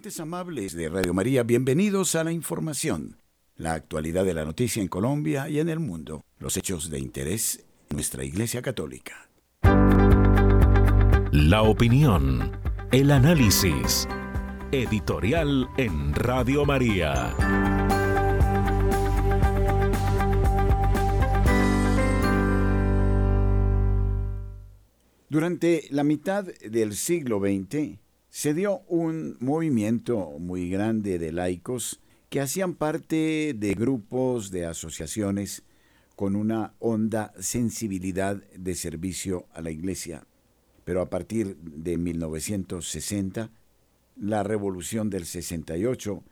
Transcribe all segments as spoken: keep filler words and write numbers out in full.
Oyentes amables de Radio María, bienvenidos a la información, la actualidad de la noticia en Colombia y en el mundo, los hechos de interés en nuestra Iglesia Católica. La opinión, el análisis, editorial en Radio María. Durante la mitad del siglo veinte, se dio un movimiento muy grande de laicos que hacían parte de grupos, de asociaciones con una honda sensibilidad de servicio a la Iglesia. Pero a partir de mil novecientos sesenta, la Revolución del sesenta y ocho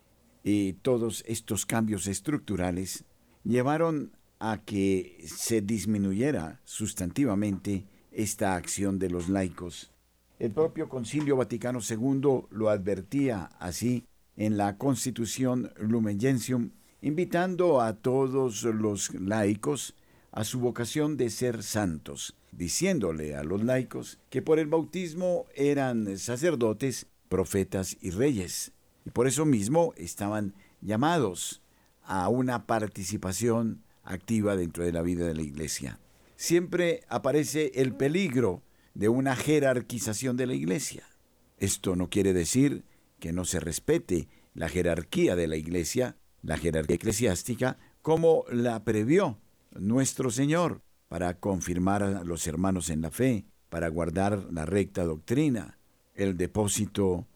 y todos estos cambios estructurales llevaron a que se disminuyera sustantivamente esta acción de los laicos. El propio Concilio Vaticano segundo lo advertía así en la Constitución Lumen Gentium, invitando a todos los laicos a su vocación de ser santos, diciéndole a los laicos que por el bautismo eran sacerdotes, profetas y reyes, y por eso mismo estaban llamados a una participación activa dentro de la vida de la Iglesia. Siempre aparece el peligro de una jerarquización de la Iglesia. Esto no quiere decir que no se respete la jerarquía de la Iglesia, la jerarquía eclesiástica, como la previó nuestro Señor para confirmar a los hermanos en la fe, para guardar la recta doctrina, el depósito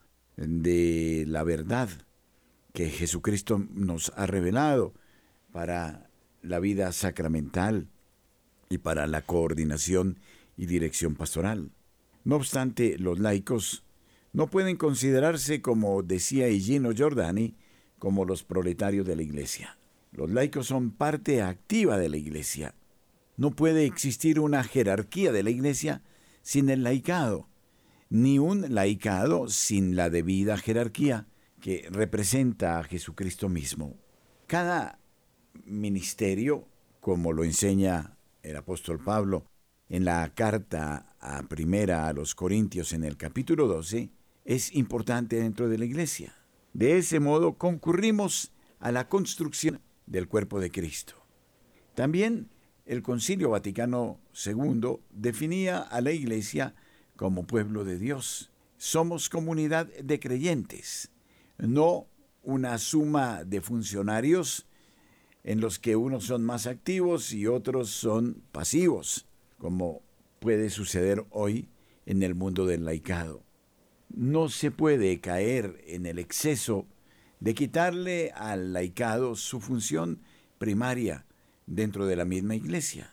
de la verdad que Jesucristo nos ha revelado para la vida sacramental y para la coordinación y dirección pastoral. No obstante, los laicos no pueden considerarse, como decía Higino Giordani, como los proletarios de la Iglesia. Los laicos son parte activa de la Iglesia. No puede existir una jerarquía de la Iglesia sin el laicado, ni un laicado sin la debida jerarquía que representa a Jesucristo mismo. Cada ministerio, como lo enseña el apóstol Pablo en la carta a primera a los Corintios en el capítulo doce, es importante dentro de la Iglesia. De ese modo concurrimos a la construcción del cuerpo de Cristo. También el Concilio Vaticano segundo definía a la Iglesia como pueblo de Dios. Somos comunidad de creyentes, no una suma de funcionarios en los que unos son más activos y otros son pasivos, como puede suceder hoy en el mundo del laicado. No se puede caer en el exceso de quitarle al laicado su función primaria dentro de la misma Iglesia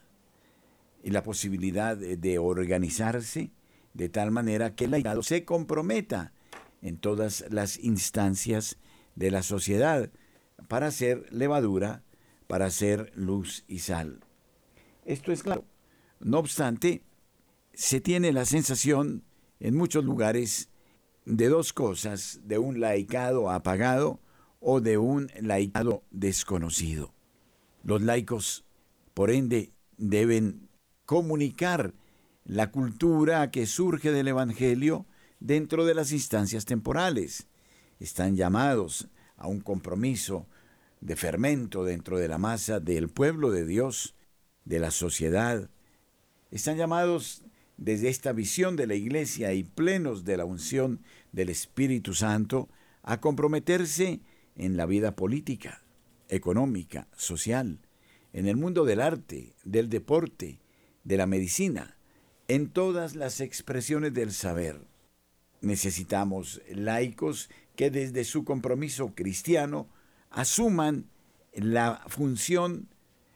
y la posibilidad de organizarse de tal manera que el laicado se comprometa en todas las instancias de la sociedad para ser levadura, para ser luz y sal. Esto es claro. No obstante, se tiene la sensación en muchos lugares de dos cosas, de un laicado apagado o de un laicado desconocido. Los laicos, por ende, deben comunicar la cultura que surge del Evangelio dentro de las instancias temporales. Están llamados a un compromiso de fermento dentro de la masa del pueblo de Dios, de la sociedad. Están llamados desde esta visión de la Iglesia y plenos de la unción del Espíritu Santo a comprometerse en la vida política, económica, social, en el mundo del arte, del deporte, de la medicina, en todas las expresiones del saber. Necesitamos laicos que desde su compromiso cristiano asuman la función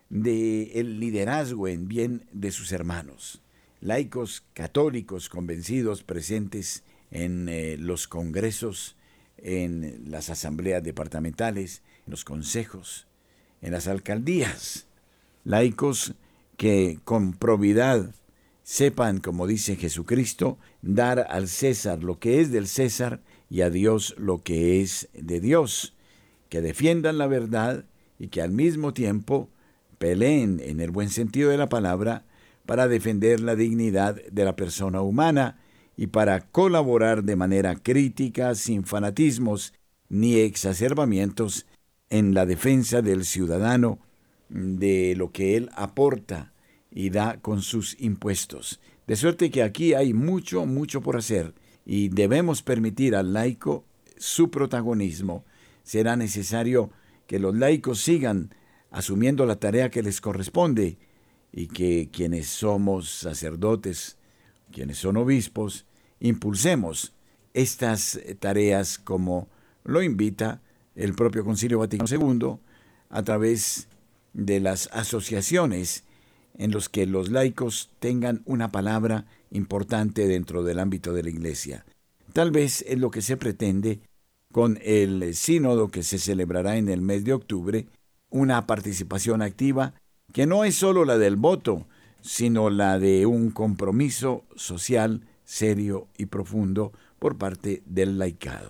del liderazgo en bien de sus hermanos. Laicos católicos convencidos presentes en eh, los congresos, en las asambleas departamentales, en los consejos, en las alcaldías. Laicos que con probidad sepan, como dice Jesucristo, dar al César lo que es del César y a Dios lo que es de Dios, que defiendan la verdad y que al mismo tiempo peleen en el buen sentido de la palabra para defender la dignidad de la persona humana y para colaborar de manera crítica, sin fanatismos ni exacerbamientos, en la defensa del ciudadano, de lo que él aporta y da con sus impuestos. De suerte que aquí hay mucho, mucho por hacer y debemos permitir al laico su protagonismo. Será necesario que los laicos sigan asumiendo la tarea que les corresponde y que quienes somos sacerdotes, quienes son obispos, impulsemos estas tareas como lo invita el propio Concilio Vaticano segundo a través de las asociaciones en los que los laicos tengan una palabra importante dentro del ámbito de la Iglesia. Tal vez es lo que se pretende con el sínodo que se celebrará en el mes de octubre, una participación activa que no es solo la del voto, sino la de un compromiso social serio y profundo por parte del laicado.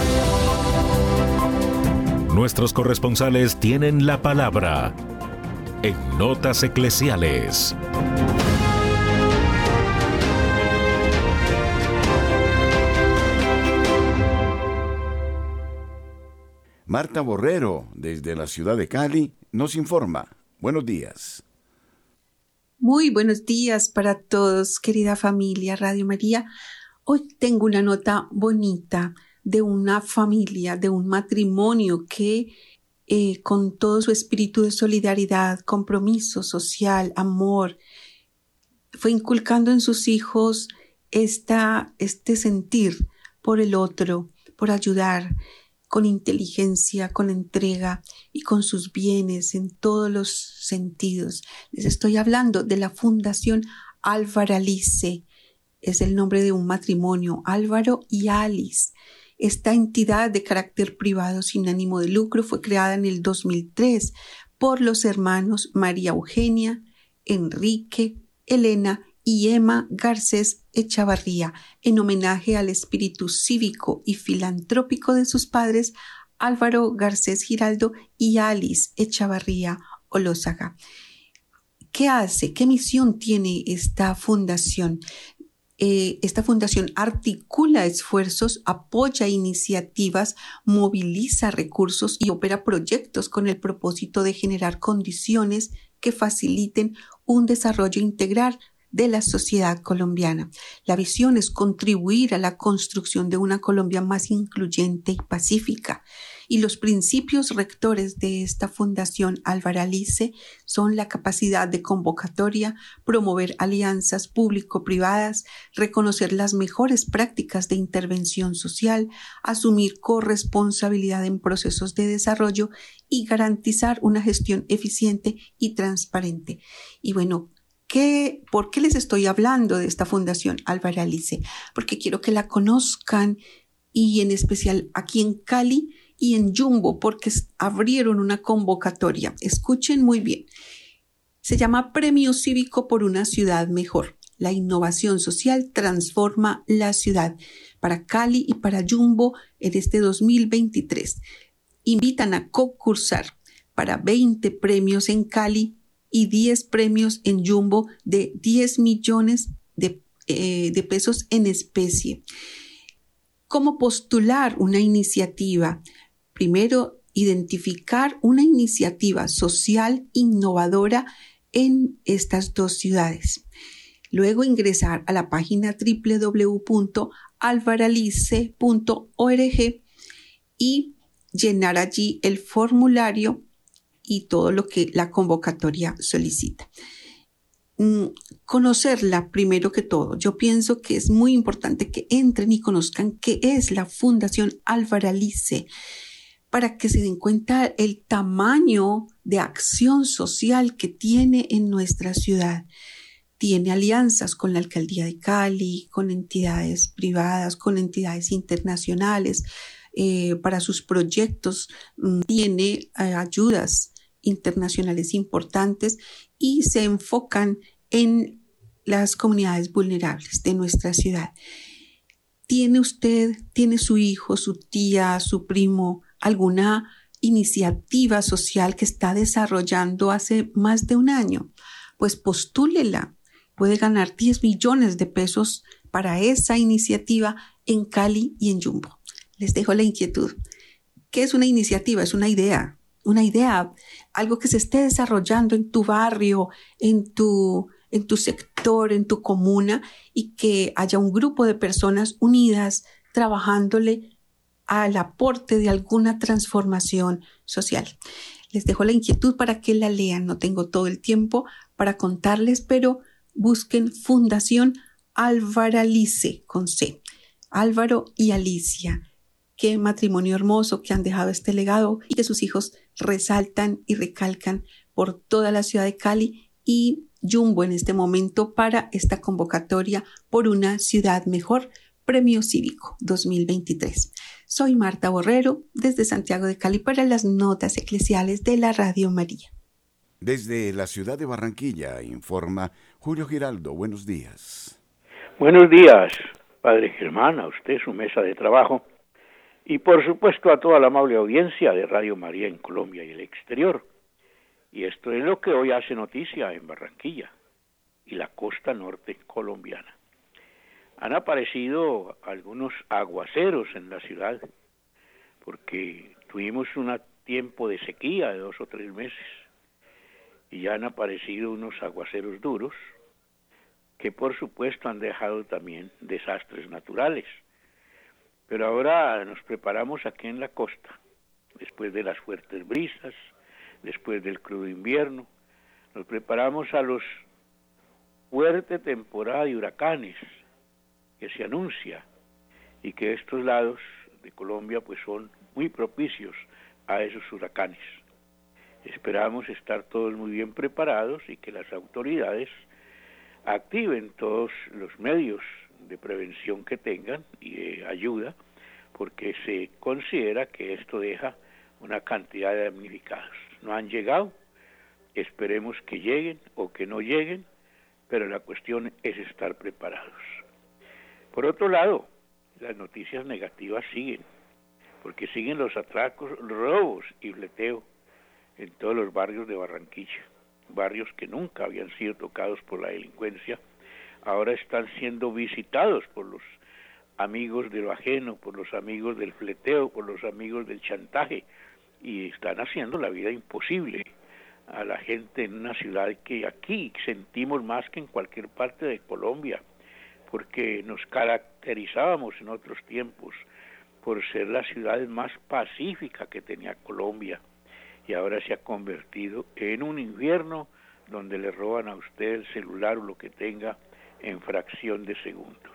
Nuestros corresponsales tienen la palabra en Notas Eclesiales. Marta Borrero, desde la ciudad de Cali, nos informa. Buenos días. Muy buenos días para todos, querida familia Radio María. Hoy tengo una nota bonita de una familia, de un matrimonio que eh, con todo su espíritu de solidaridad, compromiso social, amor, fue inculcando en sus hijos esta, este sentir por el otro, por ayudar, con inteligencia, con entrega y con sus bienes en todos los sentidos. Les estoy hablando de la Fundación Alvaralice. Es el nombre de un matrimonio, Álvaro y Alice. Esta entidad de carácter privado sin ánimo de lucro fue creada en el dos mil tres por los hermanos María Eugenia, Enrique, Elena y Emma Garcés Echavarría, en homenaje al espíritu cívico y filantrópico de sus padres, Álvaro Garcés Giraldo y Alice Echavarría Olózaga. ¿Qué hace? ¿Qué misión tiene esta fundación? Eh, esta fundación articula esfuerzos, apoya iniciativas, moviliza recursos y opera proyectos con el propósito de generar condiciones que faciliten un desarrollo integral de la sociedad colombiana. La visión es contribuir a la construcción de una Colombia más incluyente y pacífica. Y los principios rectores de esta Fundación Alvaralice son la capacidad de convocatoria, promover alianzas público-privadas, reconocer las mejores prácticas de intervención social, asumir corresponsabilidad en procesos de desarrollo y garantizar una gestión eficiente y transparente. Y bueno, ¿Qué, ¿por qué les estoy hablando de esta Fundación Alvaralice? Porque quiero que la conozcan y en especial aquí en Cali y en Jumbo, porque abrieron una convocatoria. Escuchen muy bien. Se llama Premio Cívico por una Ciudad Mejor. La innovación social transforma la ciudad. Para Cali y para Jumbo en este dos mil veintitrés. Invitan a concursar para veinte premios en Cali y diez premios en Jumbo de diez millones de, eh, de pesos en especie. ¿Cómo postular una iniciativa? Primero, identificar una iniciativa social innovadora en estas dos ciudades. Luego, ingresar a la página doble u doble u doble u punto alvaralice punto org y llenar allí el formulario y todo lo que la convocatoria solicita. Mm, conocerla primero que todo. Yo pienso que es muy importante que entren y conozcan qué es la Fundación Alvaralice para que se den cuenta el tamaño de acción social que tiene en nuestra ciudad. Tiene alianzas con la Alcaldía de Cali, con entidades privadas, con entidades internacionales. Eh, para sus proyectos mm, tiene eh, ayudas internacionales importantes y se enfocan en las comunidades vulnerables de nuestra ciudad. ¿Tiene usted, tiene su hijo, su tía, su primo, alguna iniciativa social que está desarrollando hace más de un año? Pues postúlela. Puede ganar diez millones de pesos para esa iniciativa en Cali y en Yumbo. Les dejo la inquietud. ¿Qué es una iniciativa? Es una idea, una idea, algo que se esté desarrollando en tu barrio, en tu, en tu sector, en tu comuna, y que haya un grupo de personas unidas trabajándole al aporte de alguna transformación social. Les dejo la inquietud para que la lean. No tengo todo el tiempo para contarles, pero busquen Fundación Alvaralice con C. Álvaro y Alicia. Qué matrimonio hermoso que han dejado este legado y que sus hijos resaltan y recalcan por toda la ciudad de Cali y Yumbo en este momento para esta convocatoria por una ciudad mejor, Premio Cívico dos mil veintitrés. Soy Marta Borrero desde Santiago de Cali para las notas eclesiales de la Radio María. Desde la ciudad de Barranquilla informa Julio Giraldo. Buenos días. Buenos días, Padre Germán, a usted, su mesa de trabajo, y por supuesto a toda la amable audiencia de Radio María en Colombia y el exterior. Y esto es lo que hoy hace noticia en Barranquilla y la costa norte colombiana. Han aparecido algunos aguaceros en la ciudad, porque tuvimos un tiempo de sequía de dos o tres meses, y ya han aparecido unos aguaceros duros, que por supuesto han dejado también desastres naturales. Pero ahora nos preparamos aquí en la costa, después de las fuertes brisas, después del crudo invierno, nos preparamos a los fuerte temporada de huracanes que se anuncia, y que estos lados de Colombia pues son muy propicios a esos huracanes. Esperamos estar todos muy bien preparados y que las autoridades activen todos los medios de prevención que tengan y de ayuda, porque se considera que esto deja una cantidad de damnificados. No han llegado, esperemos que lleguen o que no lleguen, pero la cuestión es estar preparados. Por otro lado, las noticias negativas siguen, porque siguen los atracos, robos y fleteo en todos los barrios de Barranquilla, barrios que nunca habían sido tocados por la delincuencia, ahora están siendo visitados por los amigos de lo ajeno, por los amigos del fleteo, por los amigos del chantaje, y están haciendo la vida imposible a la gente en una ciudad que aquí sentimos más que en cualquier parte de Colombia, porque nos caracterizábamos en otros tiempos por ser la ciudad más pacífica que tenía Colombia, y ahora se ha convertido en un infierno donde le roban a usted el celular o lo que tenga en fracción de segundos.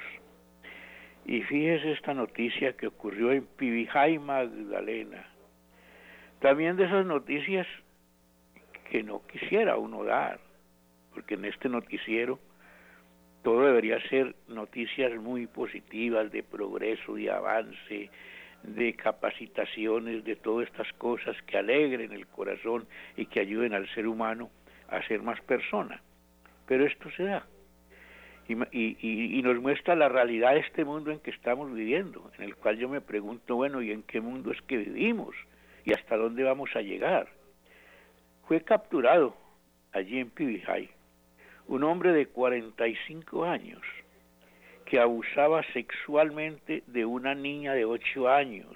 Y fíjese esta noticia que ocurrió en Pibijay, Magdalena. También de esas noticias que no quisiera uno dar, porque en este noticiero todo debería ser noticias muy positivas, de progreso, de avance, de capacitaciones, de todas estas cosas que alegren el corazón y que ayuden al ser humano a ser más persona. Pero esto se da. Y, y, y nos muestra la realidad de este mundo en que estamos viviendo, en el cual yo me pregunto, bueno, ¿y en qué mundo es que vivimos? ¿Y hasta dónde vamos a llegar? Fue capturado allí en Pibijay un hombre de cuarenta y cinco años que abusaba sexualmente de una niña de ocho años,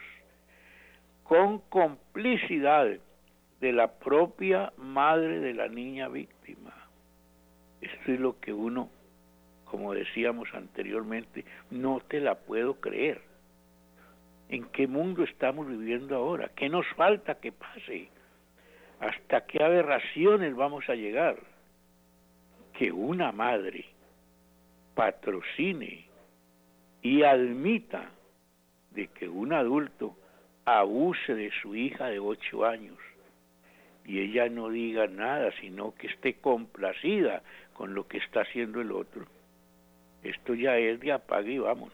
con complicidad de la propia madre de la niña víctima. Esto es lo que uno, como decíamos anteriormente, no te la puedo creer. ¿En qué mundo estamos viviendo ahora? ¿Qué nos falta que pase? ¿Hasta qué aberraciones vamos a llegar? Que una madre patrocine y admita de que un adulto abuse de su hija de ocho años y ella no diga nada, sino que esté complacida con lo que está haciendo el otro. Esto ya es de apague y vámonos.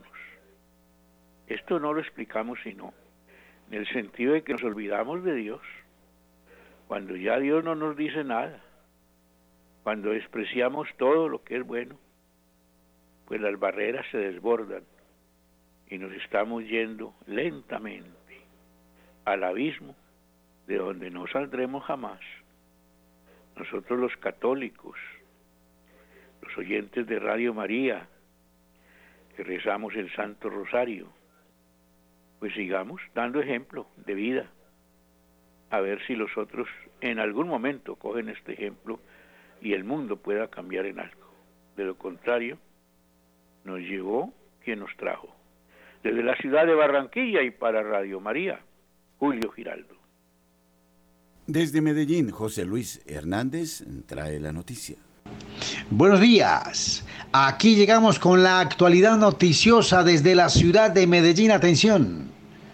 Esto no lo explicamos sino en el sentido de que nos olvidamos de Dios, cuando ya Dios no nos dice nada, cuando despreciamos todo lo que es bueno, pues las barreras se desbordan y nos estamos yendo lentamente al abismo de donde no saldremos jamás. Nosotros los católicos, los oyentes de Radio María, que rezamos el Santo Rosario, pues sigamos dando ejemplo de vida, a ver si los otros en algún momento cogen este ejemplo y el mundo pueda cambiar en algo. De lo contrario, nos llevó quien nos trajo. Desde la ciudad de Barranquilla y para Radio María, Julio Giraldo. Desde Medellín, José Luis Hernández trae la noticia. Buenos días. Aquí llegamos con la actualidad noticiosa desde la ciudad de Medellín. Atención.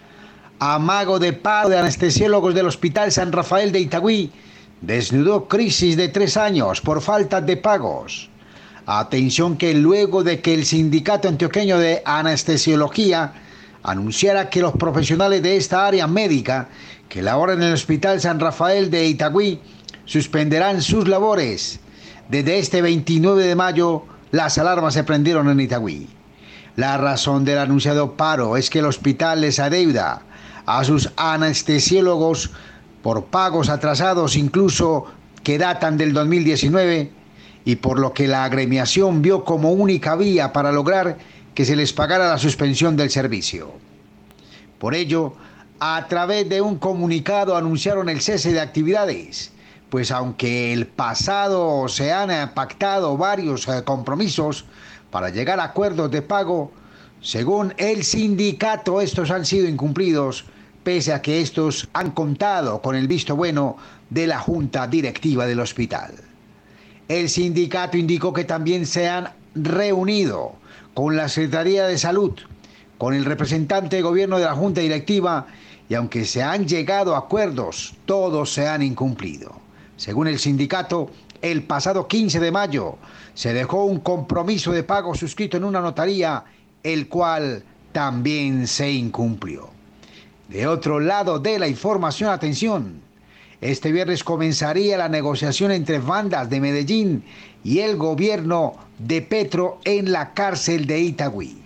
Amago de paro de anestesiólogos del Hospital San Rafael de Itagüí desnudó crisis de tres años por falta de pagos. Atención que luego de que el Sindicato Antioqueño de Anestesiología anunciara que los profesionales de esta área médica que laboran en el Hospital San Rafael de Itagüí suspenderán sus labores. Desde este veintinueve de mayo, las alarmas se prendieron en Itagüí. La razón del anunciado paro es que el hospital les adeuda a sus anestesiólogos por pagos atrasados incluso que datan del dos mil diecinueve, y por lo que la agremiación vio como única vía para lograr que se les pagara la suspensión del servicio. Por ello, a través de un comunicado anunciaron el cese de actividades, pues aunque el pasado se han pactado varios compromisos para llegar a acuerdos de pago, según el sindicato estos han sido incumplidos, pese a que estos han contado con el visto bueno de la junta directiva del hospital. El sindicato indicó que también se han reunido con la Secretaría de Salud, con el representante de gobierno de la junta directiva, y aunque se han llegado a acuerdos, todos se han incumplido. Según el sindicato, el pasado quince de mayo se dejó un compromiso de pago suscrito en una notaría, el cual también se incumplió. De otro lado de la información, atención. Este viernes comenzaría la negociación entre bandas de Medellín y el gobierno de Petro en la cárcel de Itagüí.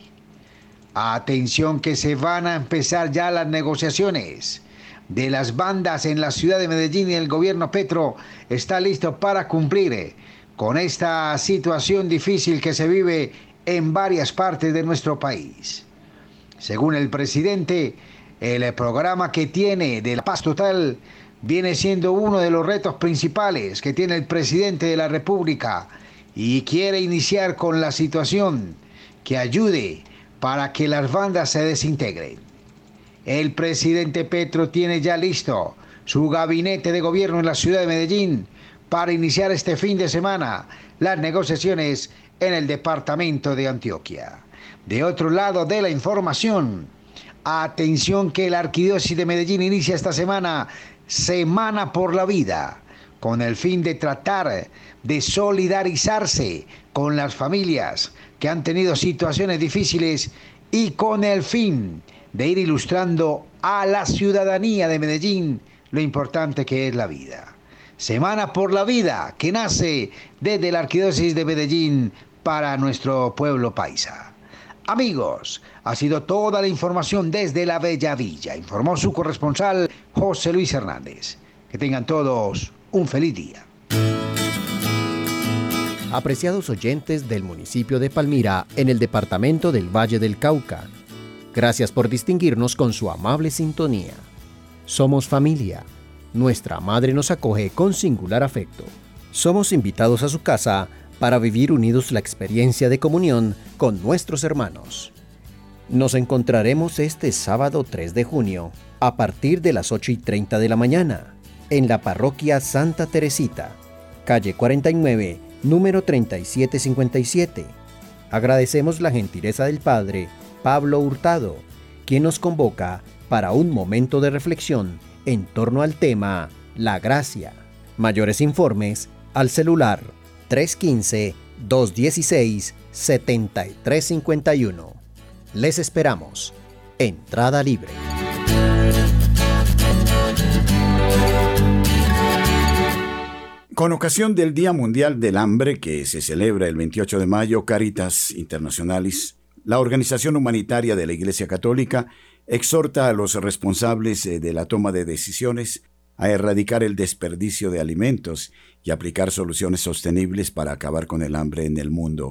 Atención que se van a empezar ya las negociaciones de las bandas en la ciudad de Medellín, y el gobierno Petro está listo para cumplir con esta situación difícil que se vive en varias partes de nuestro país. Según el presidente, el programa que tiene de la paz total viene siendo uno de los retos principales que tiene el presidente de la República, y quiere iniciar con la situación que ayude para que las bandas se desintegren. El presidente Petro tiene ya listo su gabinete de gobierno en la ciudad de Medellín para iniciar este fin de semana las negociaciones en el departamento de Antioquia. De otro lado de la información, atención que la Arquidiócesis de Medellín inicia esta semana Semana por la Vida, con el fin de tratar de solidarizarse con las familias que han tenido situaciones difíciles y con el fin de ir ilustrando a la ciudadanía de Medellín lo importante que es la vida. Semana por la Vida, que nace desde la Arquidiócesis de Medellín para nuestro pueblo paisa. Amigos, ha sido toda la información desde la Bella Villa. Informó su corresponsal José Luis Hernández. Que tengan todos un feliz día. Apreciados oyentes del municipio de Palmira, en el departamento del Valle del Cauca, gracias por distinguirnos con su amable sintonía. Somos familia. Nuestra madre nos acoge con singular afecto. Somos invitados a su casa para vivir unidos la experiencia de comunión con nuestros hermanos. Nos encontraremos este sábado tres de junio, a partir de las ocho y treinta de la mañana, en la parroquia Santa Teresita, calle cuarenta y nueve, número treinta y siete cincuenta y siete. Agradecemos la gentileza del Padre Pablo Hurtado, quien nos convoca para un momento de reflexión en torno al tema La Gracia. Mayores informes al celular tres uno cinco, dos uno seis, siete tres cinco uno. Les esperamos. Entrada libre. Con ocasión del Día Mundial del Hambre, que se celebra el veintiocho de mayo, Caritas Internationalis, la organización humanitaria de la Iglesia Católica, exhorta a los responsables de la toma de decisiones a erradicar el desperdicio de alimentos y aplicar soluciones sostenibles para acabar con el hambre en el mundo.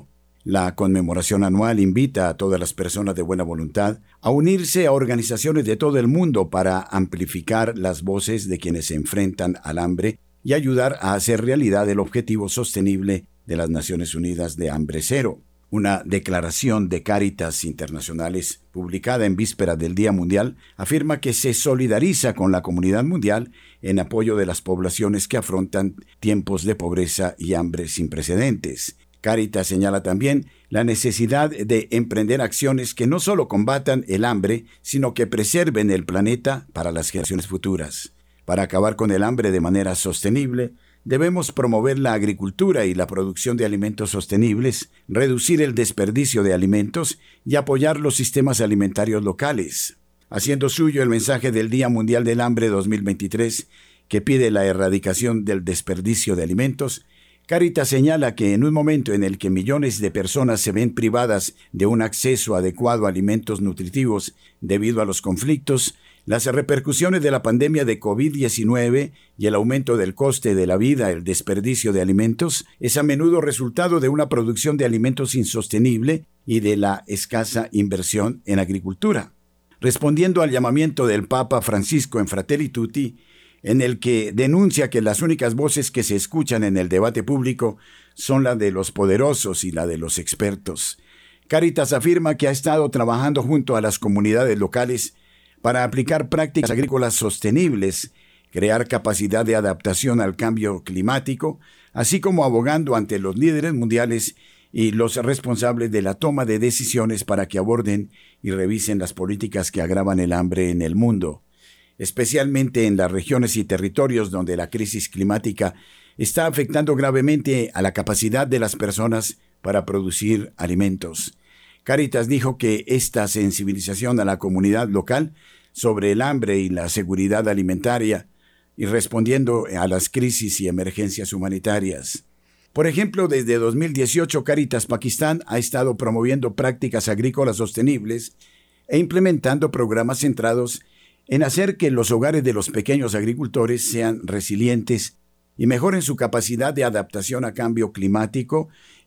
La conmemoración anual invita a todas las personas de buena voluntad a unirse a organizaciones de todo el mundo para amplificar las voces de quienes se enfrentan al hambre y ayudar a hacer realidad el objetivo sostenible de las Naciones Unidas de Hambre Cero. Una declaración de Cáritas Internacionales publicada en vísperas del Día Mundial afirma que se solidariza con la comunidad mundial en apoyo de las poblaciones que afrontan tiempos de pobreza y hambre sin precedentes. Cáritas señala también la necesidad de emprender acciones que no solo combatan el hambre, sino que preserven el planeta para las generaciones futuras. Para acabar con el hambre de manera sostenible, debemos promover la agricultura y la producción de alimentos sostenibles, reducir el desperdicio de alimentos y apoyar los sistemas alimentarios locales. Haciendo suyo el mensaje del Día Mundial del Hambre dos mil veintitrés, que pide la erradicación del desperdicio de alimentos, Cáritas señala que en un momento en el que millones de personas se ven privadas de un acceso adecuado a alimentos nutritivos debido a los conflictos, las repercusiones de la pandemia de covid diecinueve y el aumento del coste de la vida, el desperdicio de alimentos, es a menudo resultado de una producción de alimentos insostenible y de la escasa inversión en agricultura. Respondiendo al llamamiento del Papa Francisco en Fratelli Tutti, en el que denuncia que las únicas voces que se escuchan en el debate público son la de los poderosos y la de los expertos, Cáritas afirma que ha estado trabajando junto a las comunidades locales para aplicar prácticas agrícolas sostenibles, crear capacidad de adaptación al cambio climático, así como abogando ante los líderes mundiales y los responsables de la toma de decisiones para que aborden y revisen las políticas que agravan el hambre en el mundo, especialmente en las regiones y territorios donde la crisis climática está afectando gravemente a la capacidad de las personas para producir alimentos. Cáritas dijo que esta sensibilización a la comunidad local sobre el hambre y la seguridad alimentaria y respondiendo a las crisis y emergencias humanitarias. Por ejemplo, desde dos mil dieciocho, Cáritas Pakistán ha estado promoviendo prácticas agrícolas sostenibles e implementando programas centrados en hacer que los hogares de los pequeños agricultores sean resilientes y mejoren su capacidad de adaptación a cambio climático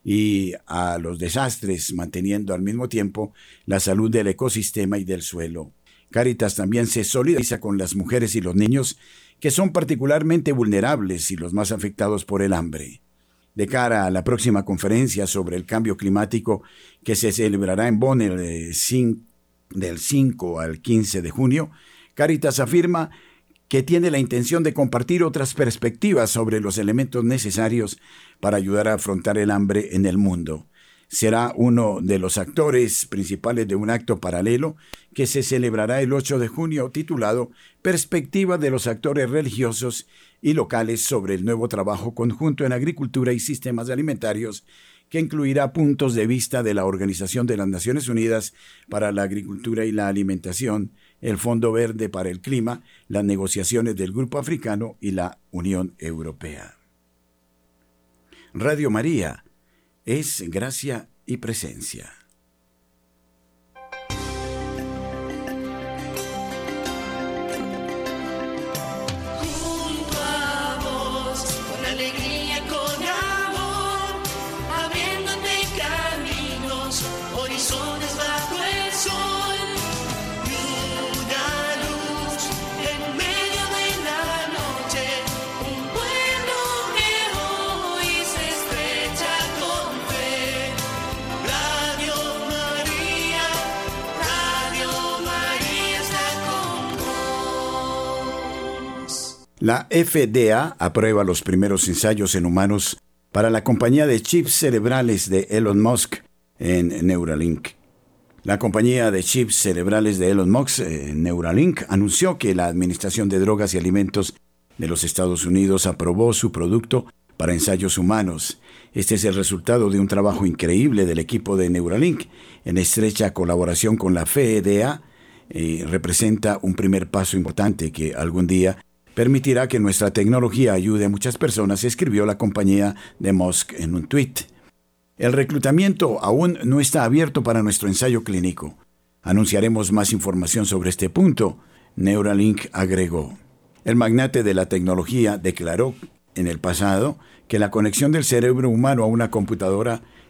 y a los desastres, manteniendo al mismo tiempo la salud del ecosistema y del suelo. Cáritas también se solidariza con las mujeres y los niños, que son particularmente vulnerables y los más afectados por el hambre. De cara a la próxima conferencia sobre el cambio climático, que se celebrará en Bonn el cinco, del cinco al quince de junio, Cáritas afirma que tiene la intención de compartir otras perspectivas sobre los elementos necesarios para ayudar a afrontar el hambre en el mundo. Será uno de los actores principales de un acto paralelo que se celebrará el ocho de junio titulado Perspectiva de los actores religiosos y locales sobre el nuevo trabajo conjunto en agricultura y sistemas alimentarios, que incluirá puntos de vista de la Organización de las Naciones Unidas para la Agricultura y la Alimentación, el Fondo Verde para el Clima, las negociaciones del Grupo Africano y la Unión Europea. Radio María es gracia y presencia. La F D A aprueba los primeros ensayos en humanos para la compañía de chips cerebrales de Elon Musk en Neuralink. La compañía de chips cerebrales de Elon Musk, eh, Neuralink, anunció que la Administración de Drogas y Alimentos de los Estados Unidos aprobó su producto para ensayos humanos. Este es el resultado de un trabajo increíble del equipo de Neuralink, en estrecha colaboración con la F D A. Eh, representa un primer paso importante que algún día permitirá que nuestra tecnología ayude a muchas personas, escribió la compañía de Musk en un tuit. El reclutamiento aún no está abierto para nuestro ensayo clínico. Anunciaremos más información sobre este punto, Neuralink agregó. El magnate de la tecnología declaró en el pasado que la conexión del cerebro humano a una computadora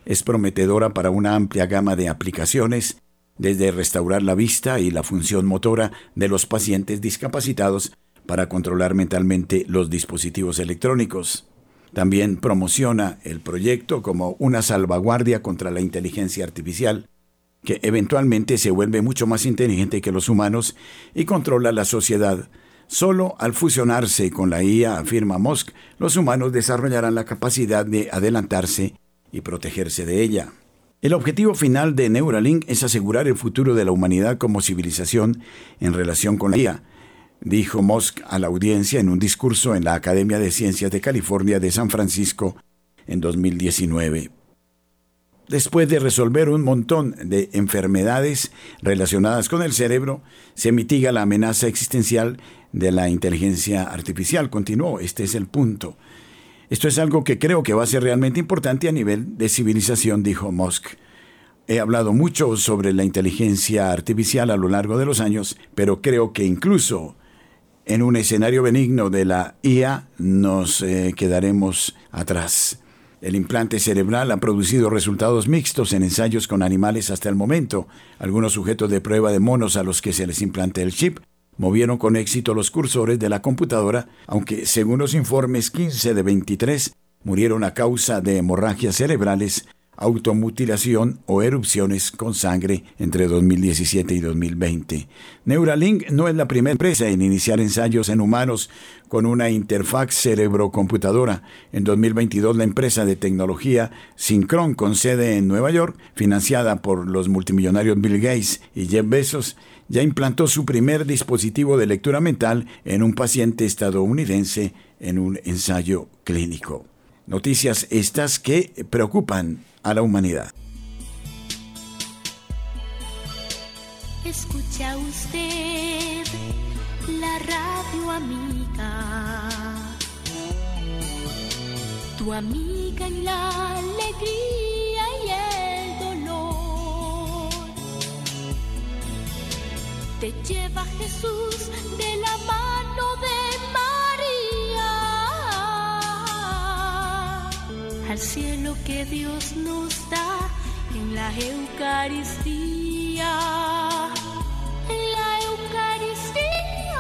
es prometedora para una amplia gama de aplicaciones, desde restaurar la vista y la función motora de los pacientes discapacitados para controlar mentalmente los dispositivos electrónicos. También promociona el proyecto como una salvaguardia contra la inteligencia artificial, que eventualmente se vuelve mucho más inteligente que los humanos y controla la sociedad. Solo al fusionarse con la I A, afirma Musk, los humanos desarrollarán la capacidad de adelantarse y protegerse de ella. El objetivo final de Neuralink es asegurar el futuro de la humanidad como civilización en relación con la I A, dijo Musk a la audiencia en un discurso en la Academia de Ciencias de California de San Francisco en dos mil diecinueve. Después de resolver un montón de enfermedades relacionadas con el cerebro, se mitiga la amenaza existencial de la inteligencia artificial. Continuó, este es el punto. Esto es algo que creo que va a ser realmente importante a nivel de civilización, dijo Musk. He hablado mucho sobre la inteligencia artificial a lo largo de los años, pero creo que incluso en un escenario benigno de la I A nos eh, quedaremos atrás. El implante cerebral ha producido resultados mixtos en ensayos con animales hasta el momento. Algunos sujetos de prueba de monos a los que se les implanta el chip movieron con éxito los cursores de la computadora, aunque según los informes quince de veintitrés murieron a causa de hemorragias cerebrales, automutilación o erupciones con sangre entre dos mil diecisiete y dos mil veinte. Neuralink no es la primera empresa en iniciar ensayos en humanos con una interfaz cerebro-computadora. En dos mil veintidós, la empresa de tecnología Synchron, con sede en Nueva York, financiada por los multimillonarios Bill Gates y Jeff Bezos, ya implantó su primer dispositivo de lectura mental en un paciente estadounidense en un ensayo clínico. Noticias estas que preocupan a la humanidad. Escucha usted la radio amiga, tu amiga en la alegría y el dolor. Te lleva Jesús de la mano de María al cielo que Dios nos da en la Eucaristía, en la Eucaristía.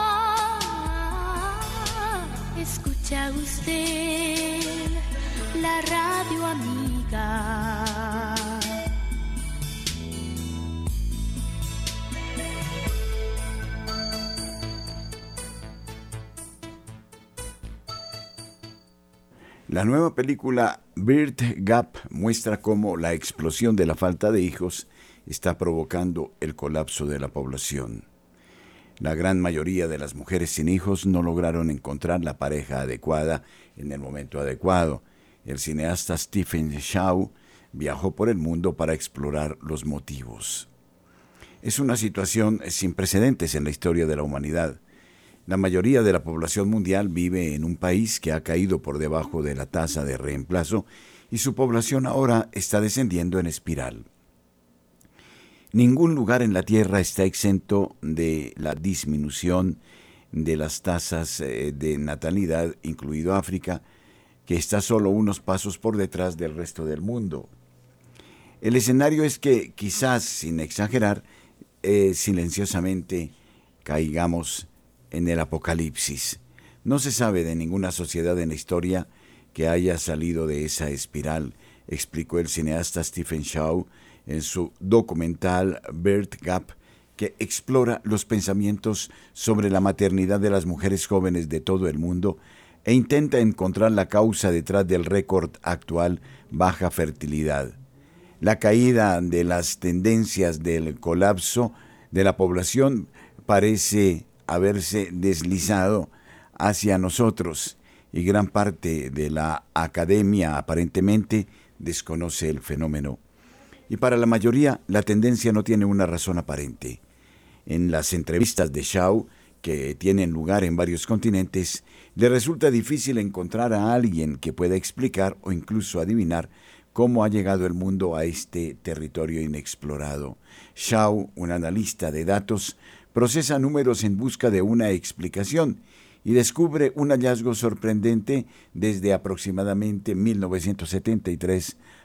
Escucha usted la radio amiga. La nueva película Birth Gap muestra cómo la explosión de la falta de hijos está provocando el colapso de la población. La gran mayoría de las mujeres sin hijos no lograron encontrar la pareja adecuada en el momento adecuado. El cineasta Stephen Chow viajó por el mundo para explorar los motivos. Es una situación sin precedentes en la historia de la humanidad. La mayoría de la población mundial vive en un país que ha caído por debajo de la tasa de reemplazo y su población ahora está descendiendo en espiral. Ningún lugar en la Tierra está exento de la disminución de las tasas de natalidad, incluido África, que está solo unos pasos por detrás del resto del mundo. El escenario es que, quizás sin exagerar, eh, silenciosamente caigamos en el apocalipsis. No se sabe de ninguna sociedad en la historia que haya salido de esa espiral, explicó el cineasta Stephen Chow en su documental Birth Gap, que explora los pensamientos sobre la maternidad de las mujeres jóvenes de todo el mundo e intenta encontrar la causa detrás del récord actual baja fertilidad. La caída de las tendencias del colapso de la población parece haberse deslizado hacia nosotros y gran parte de la academia aparentemente desconoce el fenómeno. Y para la mayoría la tendencia no tiene una razón aparente. En las entrevistas de Chow, que tienen lugar en varios continentes, le resulta difícil encontrar a alguien que pueda explicar o incluso adivinar cómo ha llegado el mundo a este territorio inexplorado. Chow, un analista de datos, procesa números en busca de una explicación y descubre un hallazgo sorprendente. Desde aproximadamente mil novecientos setenta y tres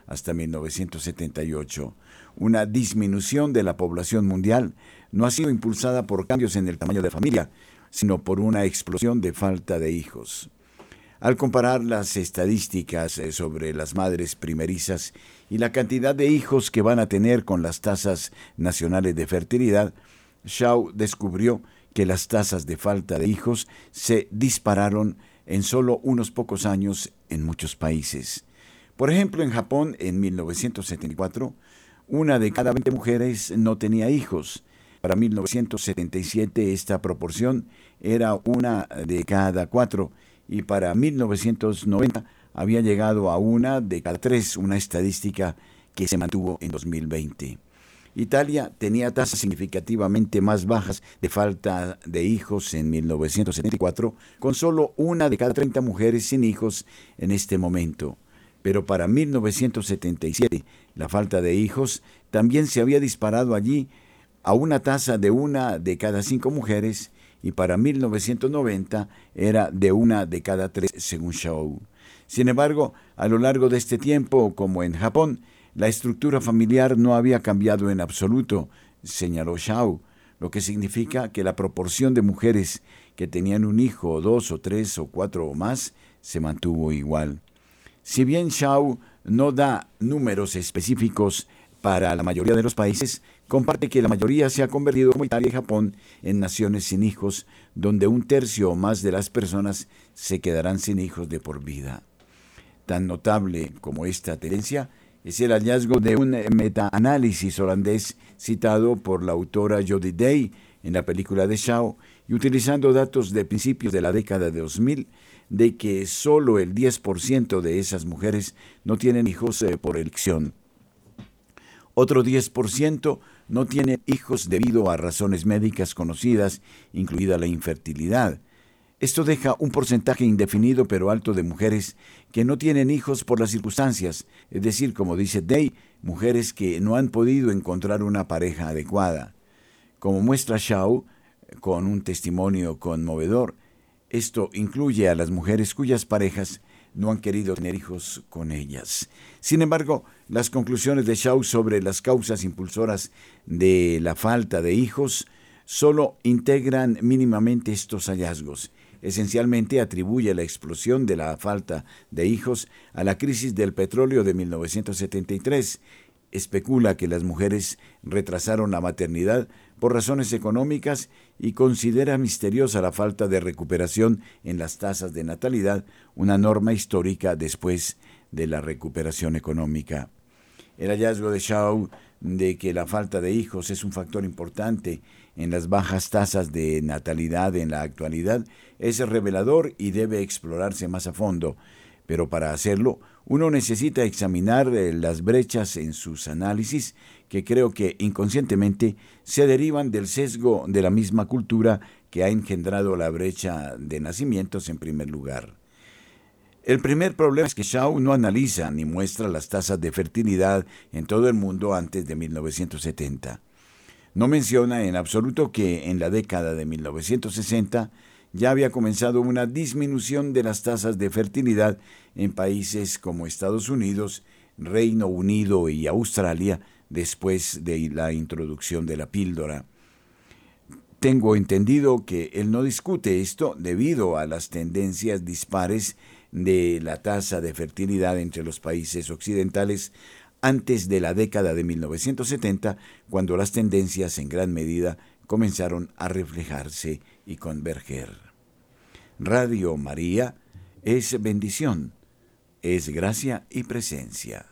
hasta mil novecientos setenta y ocho. Una disminución de la población mundial no ha sido impulsada por cambios en el tamaño de la familia, sino por una explosión de falta de hijos. Al comparar las estadísticas sobre las madres primerizas y la cantidad de hijos que van a tener con las tasas nacionales de fertilidad, Shaw descubrió que las tasas de falta de hijos se dispararon en solo unos pocos años en muchos países. Por ejemplo, en Japón, en mil novecientos setenta y cuatro, una de cada veinte mujeres no tenía hijos. Para mil novecientos setenta y siete esta proporción era una de cada cuatro y para mil novecientos noventa había llegado a una de cada tres, una estadística que se mantuvo en dos mil veinte. Italia tenía tasas significativamente más bajas de falta de hijos en mil novecientos setenta y cuatro, con solo una de cada treinta mujeres sin hijos en este momento. Pero para mil novecientos setenta y siete, la falta de hijos también se había disparado allí a una tasa de una de cada cinco mujeres, y para mil novecientos noventa era de una de cada tres, según Shaw. Sin embargo, a lo largo de este tiempo, como en Japón, la estructura familiar no había cambiado en absoluto, señaló Shaw, lo que significa que la proporción de mujeres que tenían un hijo, o dos, o tres, o cuatro o más, se mantuvo igual. Si bien Shaw no da números específicos para la mayoría de los países, comparte que la mayoría se ha convertido, como Italia y Japón, en naciones sin hijos, donde un tercio o más de las personas se quedarán sin hijos de por vida. Tan notable como esta tendencia es el hallazgo de un metaanálisis holandés citado por la autora Jodie Day en la película de Shaw, y utilizando datos de principios de la década de dos mil, de que solo el diez por ciento de esas mujeres no tienen hijos eh, por elección. Otro diez por ciento no tiene hijos debido a razones médicas conocidas, incluida la infertilidad. Esto deja un porcentaje indefinido pero alto de mujeres que no tienen hijos por las circunstancias, es decir, como dice Day, mujeres que no han podido encontrar una pareja adecuada. Como muestra Shaw, con un testimonio conmovedor, esto incluye a las mujeres cuyas parejas no han querido tener hijos con ellas. Sin embargo, las conclusiones de Shaw sobre las causas impulsoras de la falta de hijos solo integran mínimamente estos hallazgos. Esencialmente atribuye la explosión de la falta de hijos a la crisis del petróleo de mil novecientos setenta y tres. Especula que las mujeres retrasaron la maternidad por razones económicas y considera misteriosa la falta de recuperación en las tasas de natalidad, una norma histórica después de la recuperación económica. El hallazgo de Shaw de que la falta de hijos es un factor importante en las bajas tasas de natalidad en la actualidad es revelador y debe explorarse más a fondo, pero para hacerlo uno necesita examinar las brechas en sus análisis que creo que inconscientemente se derivan del sesgo de la misma cultura que ha engendrado la brecha de nacimientos en primer lugar. El primer problema es que Shaw no analiza ni muestra las tasas de fertilidad en todo el mundo antes de mil novecientos setenta. No menciona en absoluto que en la década de mil novecientos sesenta ya había comenzado una disminución de las tasas de fertilidad en países como Estados Unidos, Reino Unido y Australia después de la introducción de la píldora. Tengo entendido que él no discute esto debido a las tendencias dispares de la tasa de fertilidad entre los países occidentales antes de la década de mil novecientos setenta, cuando las tendencias en gran medida comenzaron a reflejarse y converger. Radio María es bendición, es gracia y presencia.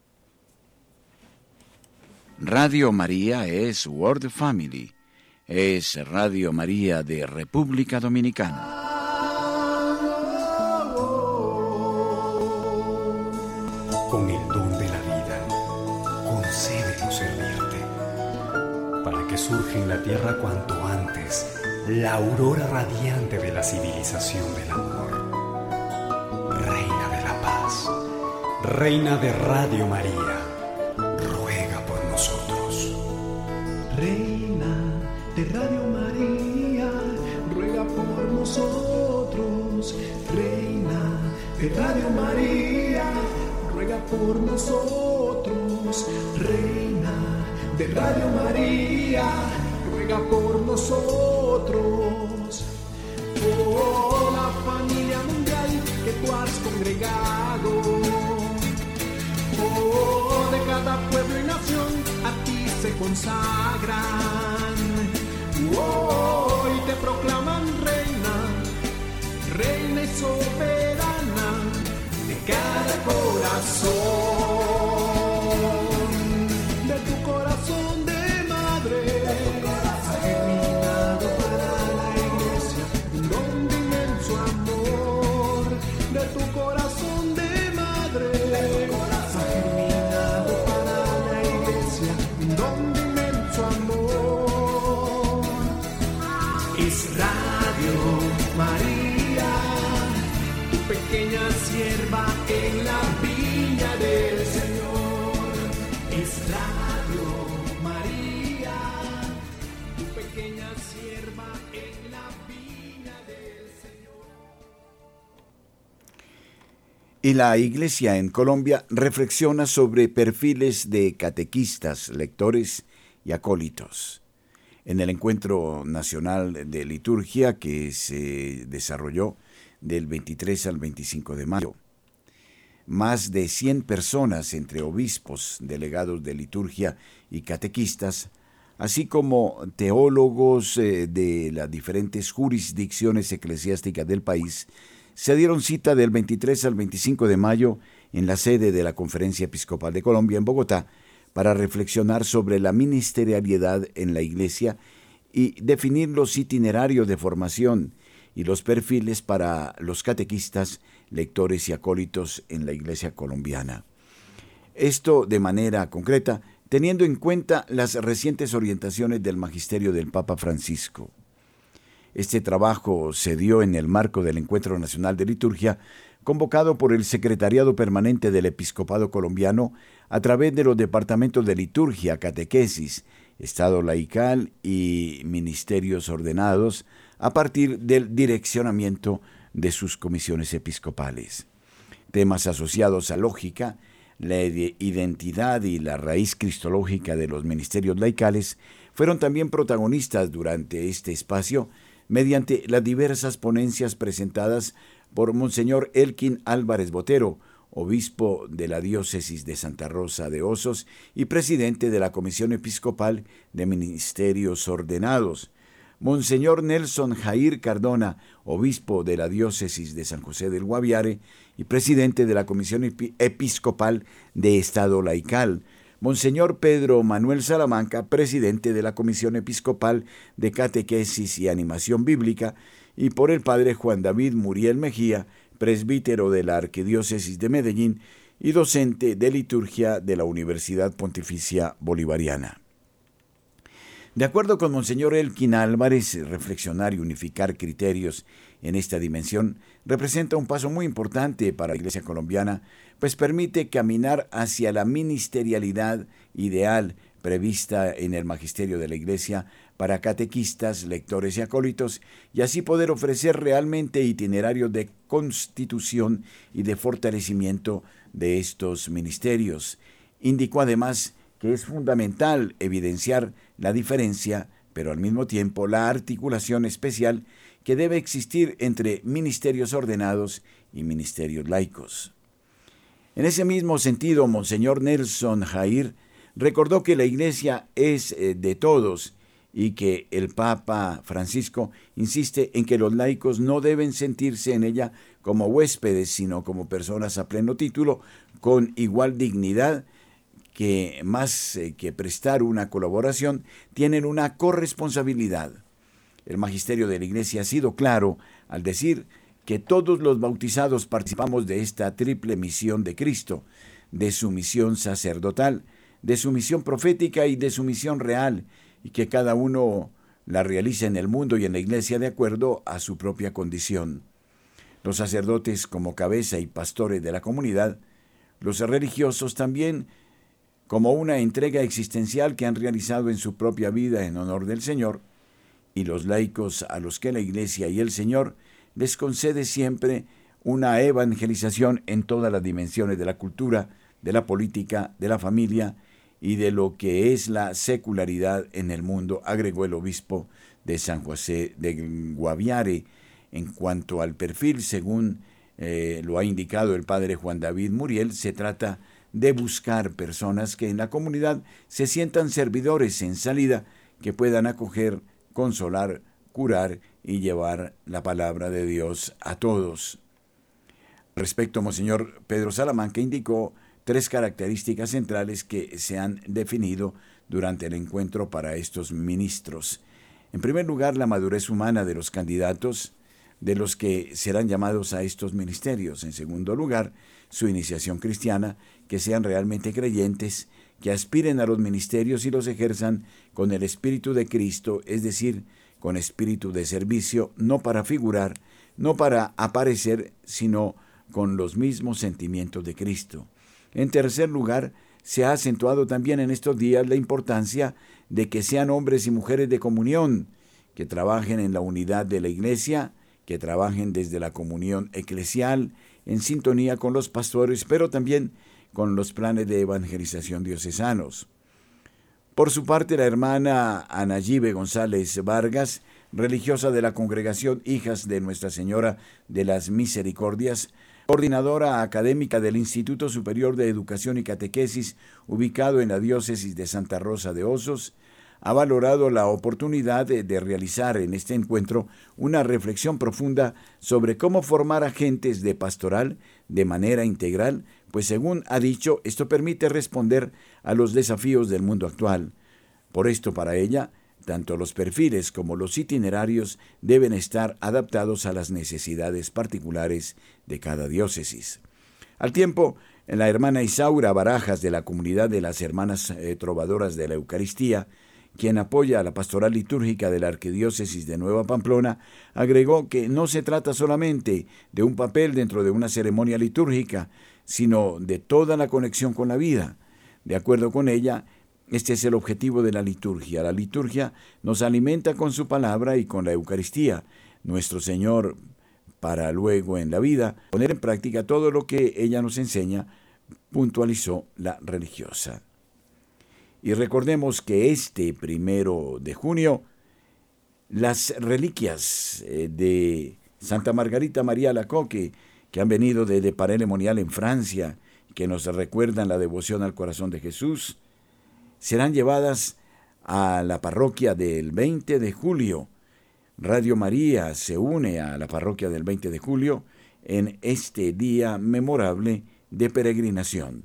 Radio María es World Family, es Radio María de República Dominicana. Con el don de la vida, concédenos servirte, para que surja en la tierra cuanto antes la aurora radiante de la civilización del amor. Reina de la paz, Reina de Radio María, ruega por nosotros. Reina de Radio María, ruega por nosotros. Reina de Radio María, ruega por nosotros. Reina de Radio María, ruega por nosotros. Oh, la familia mundial que tú has congregado, oh, de cada pueblo y nación a ti se consagran, oh, y te proclaman reina, reina y soberana de cada corazón, de tu corazón de madre, germinado para la iglesia un don de inmenso amor, de tu corazón de madre, germinado para la iglesia un don de inmenso amor. Es Radio María, tu pequeña sierva en la viña del Señor. Es Radio María, tu pequeña sierva en la viña del Señor. Y la Iglesia en Colombia reflexiona sobre perfiles de catequistas, lectores y acólitos. En el Encuentro Nacional de Liturgia que se desarrolló del veintitrés al veinticinco de mayo, más de cien personas, entre obispos, delegados de liturgia y catequistas, así como teólogos eh, de las diferentes jurisdicciones eclesiásticas del país, se dieron cita del veintitrés al veinticinco de mayo en la sede de la Conferencia Episcopal de Colombia en Bogotá para reflexionar sobre la ministerialidad en la Iglesia y definir los itinerarios de formación y los perfiles para los catequistas, lectores y acólitos en la Iglesia colombiana. Esto de manera concreta, teniendo en cuenta las recientes orientaciones del magisterio del Papa Francisco. Este trabajo se dio en el marco del Encuentro Nacional de Liturgia, convocado por el Secretariado Permanente del Episcopado Colombiano a través de los departamentos de liturgia, catequesis, Estado laical y ministerios ordenados, a partir del direccionamiento de sus comisiones episcopales. Temas asociados a lógica, la identidad y la raíz cristológica de los ministerios laicales fueron también protagonistas durante este espacio mediante las diversas ponencias presentadas por Monseñor Elkin Álvarez Botero, obispo de la diócesis de Santa Rosa de Osos y presidente de la Comisión Episcopal de Ministerios Ordenados, Monseñor Nelson Jair Cardona, obispo de la diócesis de San José del Guaviare y presidente de la Comisión Episcopal de Estado Laical, Monseñor Pedro Manuel Salamanca, presidente de la Comisión Episcopal de Catequesis y Animación Bíblica, y por el padre Juan David Muriel Mejía, presbítero de la Arquidiócesis de Medellín y docente de liturgia de la Universidad Pontificia Bolivariana. De acuerdo con Monseñor Elkin Álvarez, reflexionar y unificar criterios en esta dimensión representa un paso muy importante para la Iglesia colombiana, pues permite caminar hacia la ministerialidad ideal prevista en el magisterio de la Iglesia para catequistas, lectores y acólitos, y así poder ofrecer realmente itinerarios de constitución y de fortalecimiento de estos ministerios. Indicó además que es fundamental evidenciar la diferencia, pero al mismo tiempo la articulación especial que debe existir entre ministerios ordenados y ministerios laicos. En ese mismo sentido, Monseñor Nelson Jair recordó que la Iglesia es de todos y que el Papa Francisco insiste en que los laicos no deben sentirse en ella como huéspedes, sino como personas a pleno título, con igual dignidad, que más que prestar una colaboración, tienen una corresponsabilidad. El magisterio de la Iglesia ha sido claro al decir que todos los bautizados participamos de esta triple misión de Cristo, de su misión sacerdotal, de su misión profética y de su misión real, y que cada uno la realiza en el mundo y en la Iglesia de acuerdo a su propia condición. Los sacerdotes como cabeza y pastores de la comunidad, los religiosos también como una entrega existencial que han realizado en su propia vida en honor del Señor, y los laicos a los que la Iglesia y el Señor les concede siempre una evangelización en todas las dimensiones de la cultura, de la política, de la familia y de lo que es la secularidad en el mundo, agregó el obispo de San José de Guaviare. En cuanto al perfil, según eh, lo ha indicado el padre Juan David Muriel, se trata de buscar personas que en la comunidad se sientan servidores en salida, que puedan acoger, consolar, curar y llevar la palabra de Dios a todos. Respecto, Monseñor Pedro Salamanca indicó tres características centrales que se han definido durante el encuentro para estos ministros. En primer lugar, la madurez humana de los candidatos, de los que serán llamados a estos ministerios. En segundo lugar, su iniciación cristiana, que sean realmente creyentes, que aspiren a los ministerios y los ejerzan con el espíritu de Cristo, es decir, con espíritu de servicio, no para figurar, no para aparecer, sino con los mismos sentimientos de Cristo. En tercer lugar, se ha acentuado también en estos días la importancia de que sean hombres y mujeres de comunión, que trabajen en la unidad de la Iglesia, que trabajen desde la comunión eclesial, en sintonía con los pastores, pero también con los planes de evangelización diocesanos. Por su parte, la hermana Anayibe González Vargas, religiosa de la congregación Hijas de Nuestra Señora de las Misericordias, coordinadora académica del Instituto Superior de Educación y Catequesis, ubicado en la diócesis de Santa Rosa de Osos, ha valorado la oportunidad de, de realizar en este encuentro una reflexión profunda sobre cómo formar agentes de pastoral de manera integral, pues según ha dicho, esto permite responder a los desafíos del mundo actual. Por esto, para ella, tanto los perfiles como los itinerarios deben estar adaptados a las necesidades particulares de cada diócesis. Al tiempo, la hermana Isaura Barajas, de la comunidad de las Hermanas eh, Trovadoras de la Eucaristía, quien apoya a la pastoral litúrgica de la Arquidiócesis de Nueva Pamplona, agregó que no se trata solamente de un papel dentro de una ceremonia litúrgica, sino de toda la conexión con la vida. De acuerdo con ella, este es el objetivo de la liturgia. La liturgia nos alimenta con su palabra y con la Eucaristía. Nuestro Señor, para luego en la vida poner en práctica todo lo que ella nos enseña, puntualizó la religiosa. Y recordemos que este primero de junio, las reliquias de Santa Margarita María Alacoque, que han venido de Paray-le-Monial en Francia, que nos recuerdan la devoción al corazón de Jesús, serán llevadas a la parroquia del veinte de julio. Radio María se une a la parroquia del veinte de julio en este día memorable de peregrinación.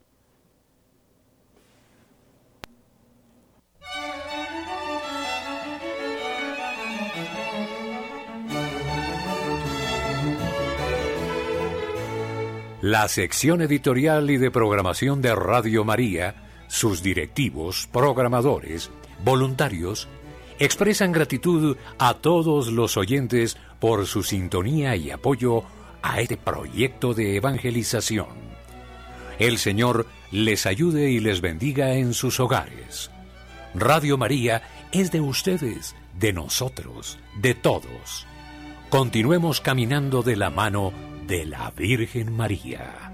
La sección editorial y de programación de Radio María, sus directivos, programadores, voluntarios, expresan gratitud a todos los oyentes por su sintonía y apoyo a este proyecto de evangelización. El Señor les ayude y les bendiga en sus hogares. Radio María es de ustedes, de nosotros, de todos. Continuemos caminando de la mano de la Virgen María.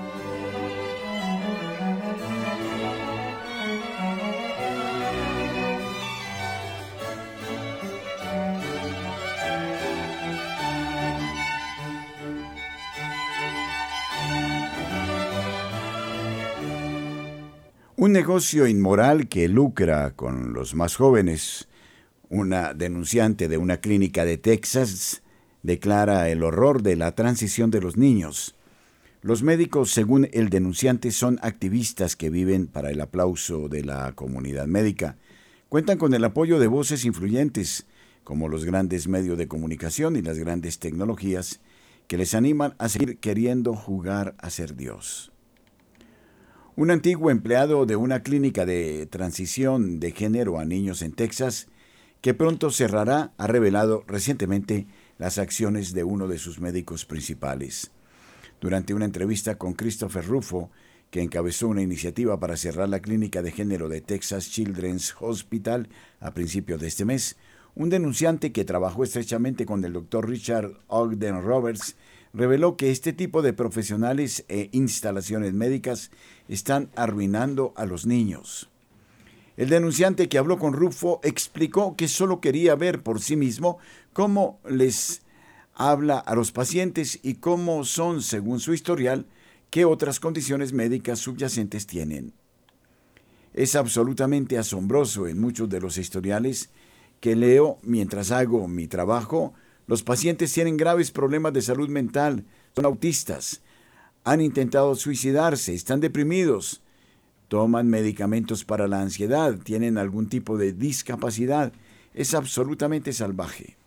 Un negocio inmoral que lucra con los más jóvenes. Una denunciante de una clínica de Texas declara el horror de la transición de los niños. Los médicos, según el denunciante, son activistas que viven para el aplauso de la comunidad médica. Cuentan con el apoyo de voces influyentes, como los grandes medios de comunicación y las grandes tecnologías, que les animan a seguir queriendo jugar a ser Dios. Un antiguo empleado de una clínica de transición de género a niños en Texas, que pronto cerrará, ha revelado recientemente las acciones de uno de sus médicos principales. Durante una entrevista con Christopher Rufo, que encabezó una iniciativa para cerrar la clínica de género de Texas Children's Hospital a principios de este mes, un denunciante que trabajó estrechamente con el doctor Richard Ogden Roberts reveló que este tipo de profesionales e instalaciones médicas están arruinando a los niños. El denunciante que habló con Rufo explicó que solo quería ver por sí mismo cómo les habla a los pacientes y cómo son, según su historial, qué otras condiciones médicas subyacentes tienen. Es absolutamente asombroso en muchos de los historiales que leo mientras hago mi trabajo. Los pacientes tienen graves problemas de salud mental, son autistas, han intentado suicidarse, están deprimidos, toman medicamentos para la ansiedad, tienen algún tipo de discapacidad. Es absolutamente salvaje.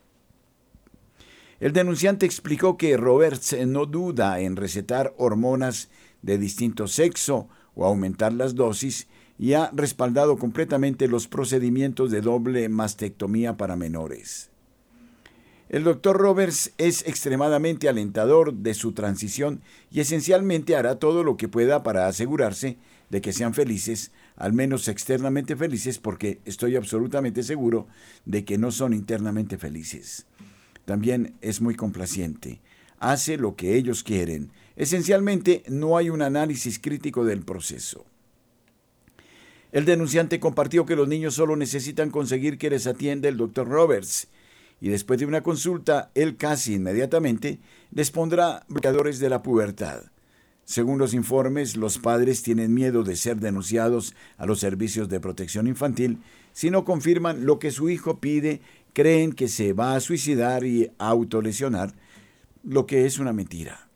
El denunciante explicó que Roberts no duda en recetar hormonas de distinto sexo o aumentar las dosis y ha respaldado completamente los procedimientos de doble mastectomía para menores. El doctor Roberts es extremadamente alentador de su transición y esencialmente hará todo lo que pueda para asegurarse de que sean felices, al menos externamente felices, porque estoy absolutamente seguro de que no son internamente felices. También es muy complaciente. Hace lo que ellos quieren. Esencialmente, no hay un análisis crítico del proceso. El denunciante compartió que los niños solo necesitan conseguir que les atienda el doctor Roberts, y después de una consulta, él casi inmediatamente les pondrá bloqueadores de la pubertad. Según los informes, los padres tienen miedo de ser denunciados a los servicios de protección infantil si no confirman lo que su hijo pide, creen que se va a suicidar y autolesionar, lo que es una mentira.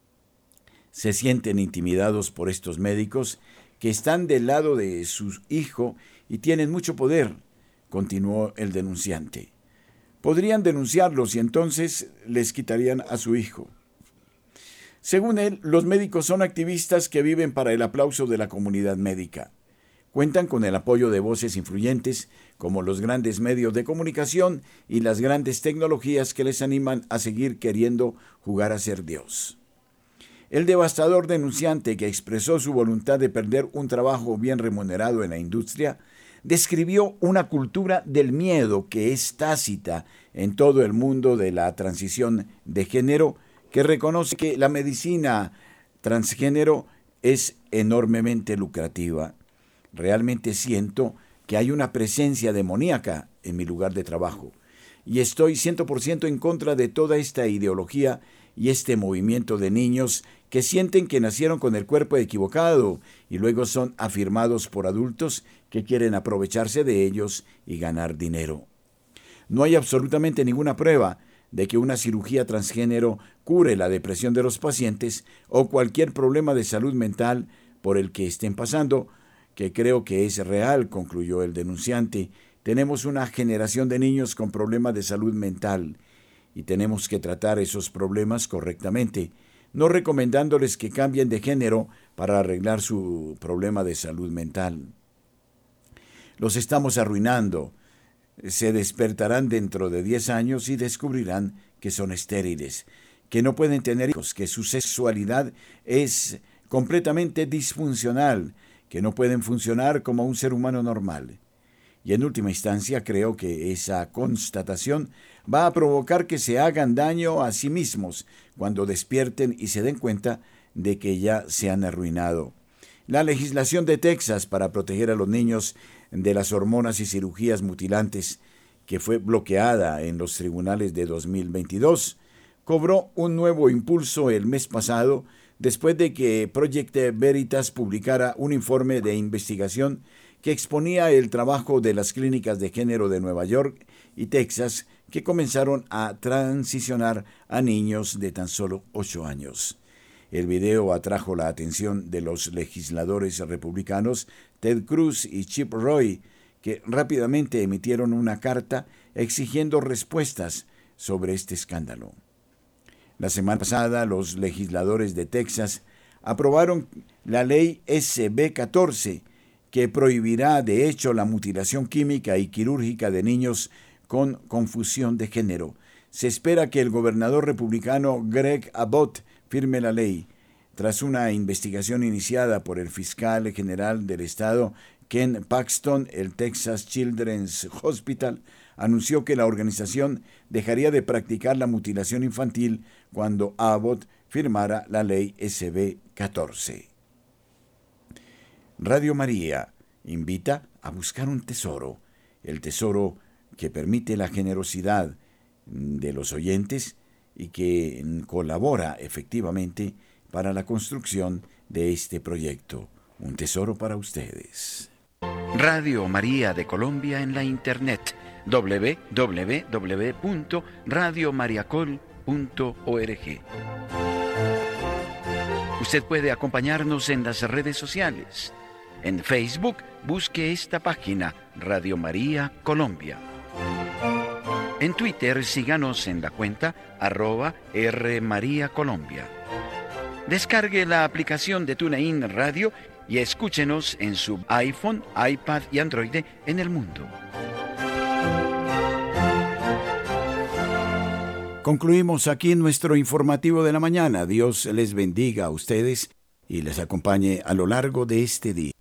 Se sienten intimidados por estos médicos que están del lado de su hijo y tienen mucho poder, continuó el denunciante. Podrían denunciarlos y entonces les quitarían a su hijo. Según él, los médicos son activistas que viven para el aplauso de la comunidad médica. Cuentan con el apoyo de voces influyentes como los grandes medios de comunicación y las grandes tecnologías que les animan a seguir queriendo jugar a ser Dios. El devastador denunciante que expresó su voluntad de perder un trabajo bien remunerado en la industria describió una cultura del miedo que es tácita en todo el mundo de la transición de género, que reconoce que la medicina transgénero es enormemente lucrativa. Realmente siento que hay una presencia demoníaca en mi lugar de trabajo y estoy cien por ciento en contra de toda esta ideología y este movimiento de niños que sienten que nacieron con el cuerpo equivocado y luego son afirmados por adultos que quieren aprovecharse de ellos y ganar dinero. No hay absolutamente ninguna prueba de que una cirugía transgénero cure la depresión de los pacientes o cualquier problema de salud mental por el que estén pasando, que creo que es real, concluyó el denunciante. Tenemos una generación de niños con problemas de salud mental y tenemos que tratar esos problemas correctamente, no recomendándoles que cambien de género para arreglar su problema de salud mental. Los estamos arruinando. Se despertarán dentro de diez años y descubrirán que son estériles, que no pueden tener hijos, que su sexualidad es completamente disfuncional, que no pueden funcionar como un ser humano normal. Y en última instancia creo que esa constatación va a provocar que se hagan daño a sí mismos cuando despierten y se den cuenta de que ya se han arruinado. La legislación de Texas para proteger a los niños de las hormonas y cirugías mutilantes, que fue bloqueada en los tribunales de dos mil veintidós, cobró un nuevo impulso el mes pasado después de que Project Veritas publicara un informe de investigación que exponía el trabajo de las clínicas de género de Nueva York y Texas que comenzaron a transicionar a niños de tan solo ocho años. El video atrajo la atención de los legisladores republicanos Ted Cruz y Chip Roy, que rápidamente emitieron una carta exigiendo respuestas sobre este escándalo. La semana pasada, los legisladores de Texas aprobaron la ley S B catorce, que prohibirá de hecho la mutilación química y quirúrgica de niños con confusión de género. Se espera que el gobernador republicano Greg Abbott firme la ley, tras una investigación iniciada por el fiscal general del estado, Ken Paxton, el Texas Children's Hospital, anunció que la organización dejaría de practicar la mutilación infantil cuando Abbott firmara la ley S B catorce. Radio María invita a buscar un tesoro, el tesoro que permite la generosidad de los oyentes y que colabora efectivamente para la construcción de este proyecto. Un tesoro para ustedes. Radio María de Colombia en la internet, doble u doble u doble u punto radio mariacol punto org. Usted puede acompañarnos en las redes sociales. En Facebook, busque esta página, Radio María Colombia. En Twitter, síganos en la cuenta arroba R María Colombia. Descargue la aplicación de TuneIn Radio y escúchenos en su iPhone, iPad y Android en el mundo. Concluimos aquí nuestro informativo de la mañana. Dios les bendiga a ustedes y les acompañe a lo largo de este día.